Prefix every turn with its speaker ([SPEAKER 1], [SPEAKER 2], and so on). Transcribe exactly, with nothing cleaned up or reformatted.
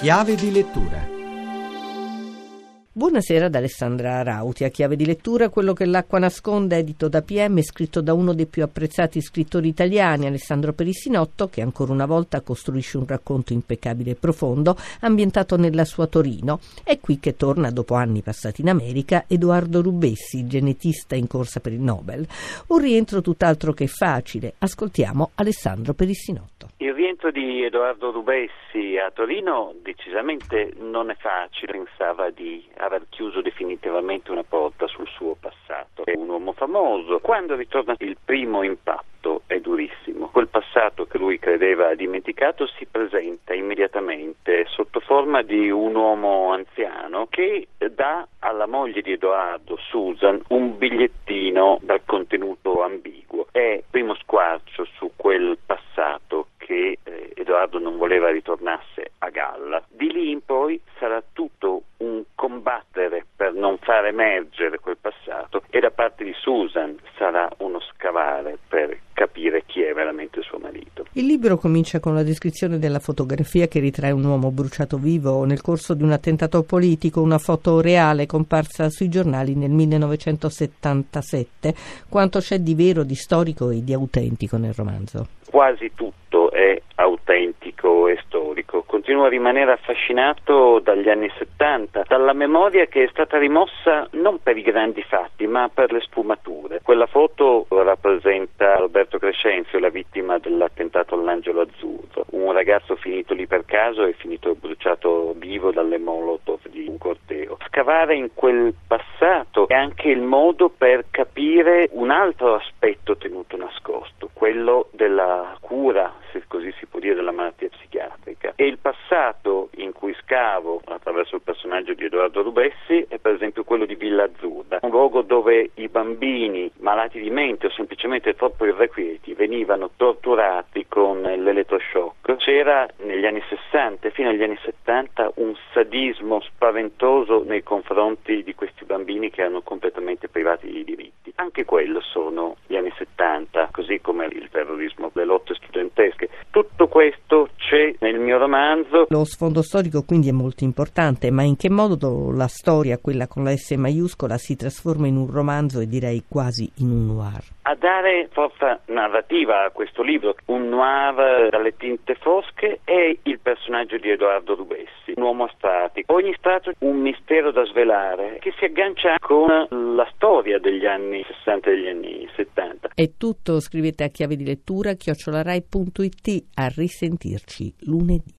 [SPEAKER 1] Chiave di lettura.
[SPEAKER 2] Buonasera ad Alessandra Rauti. A Chiave di lettura quello che l'acqua nasconde, edito da P M, scritto da uno dei più apprezzati scrittori italiani, Alessandro Perissinotto, che ancora una volta costruisce un racconto impeccabile e profondo, ambientato nella sua Torino. È qui che torna, dopo anni passati in America, Edoardo Rubessi, genetista in corsa per il Nobel. Un rientro tutt'altro che facile. Ascoltiamo Alessandro Perissinotto.
[SPEAKER 3] Il rientro di Edoardo Rubessi a Torino decisamente non è facile. Pensava di aver chiuso definitivamente una porta sul suo passato. È un uomo famoso. Quando ritorna il primo impatto è durissimo. Quel passato che lui credeva dimenticato si presenta immediatamente sotto forma di un uomo anziano che dà alla moglie di Edoardo, Susan, un bigliettino dal contenuto ambiguo. È il primo squarcio su quel passato che eh, Edoardo non voleva ritornasse a galla. Di lì in poi sarà tutto un combattere per non far emergere quel passato, e da parte di Susan sarà uno scavare per capire chi è veramente suo marito.
[SPEAKER 2] Il libro comincia con la descrizione della fotografia che ritrae un uomo bruciato vivo nel corso di un attentato politico, una foto reale comparsa sui giornali nel millenovecentosettantasette. Quanto c'è di vero, di storico e di autentico nel romanzo?
[SPEAKER 3] Quasi tutto è autentico e storico. Continuo a rimanere affascinato dagli anni settanta, dalla memoria che è stata rimossa non per i grandi fatti ma per le sfumature. Quella foto rappresenta Roberto Crescenzio, la vittima dell'attentato all'Angelo Azzurro, un ragazzo finito lì per caso e finito bruciato vivo dalle molotov di un corteo. Scavare in quel passato è anche il modo per capire un altro aspetto tenuto nascosto, quello della cura, se così si può dire, della malattia psichiatrica. E il passato in cui scavo attraverso il personaggio di Edoardo Rubessi è per esempio quello di Villa Azzurra, un luogo dove i bambini malati di mente o semplicemente troppo irrequieti venivano torturati con l'elettroshock. C'era negli anni sessanta e fino agli anni settanta un sadismo spaventoso nei confronti di questi bambini che erano completamente privati di diritti. Anche quello sono gli anni settanta, così come il terrorismo, le lotte studentesche. Tutto questo c'è nel mio romanzo.
[SPEAKER 2] Lo sfondo storico quindi è molto importante, ma in che modo la storia, quella con la S maiuscola, si trasforma in un romanzo e direi quasi in un noir?
[SPEAKER 3] A dare forza narrativa a questo libro, un noir dalle tinte fosche, è il personaggio di Edoardo Rubessi, un uomo statico. Ogni strato un mistero da svelare che si aggancia con la storia degli anni sessanta e degli anni settanta.
[SPEAKER 2] È tutto, scrivete a chiave di lettura chiocciola rai punto it. A risentirci lunedì.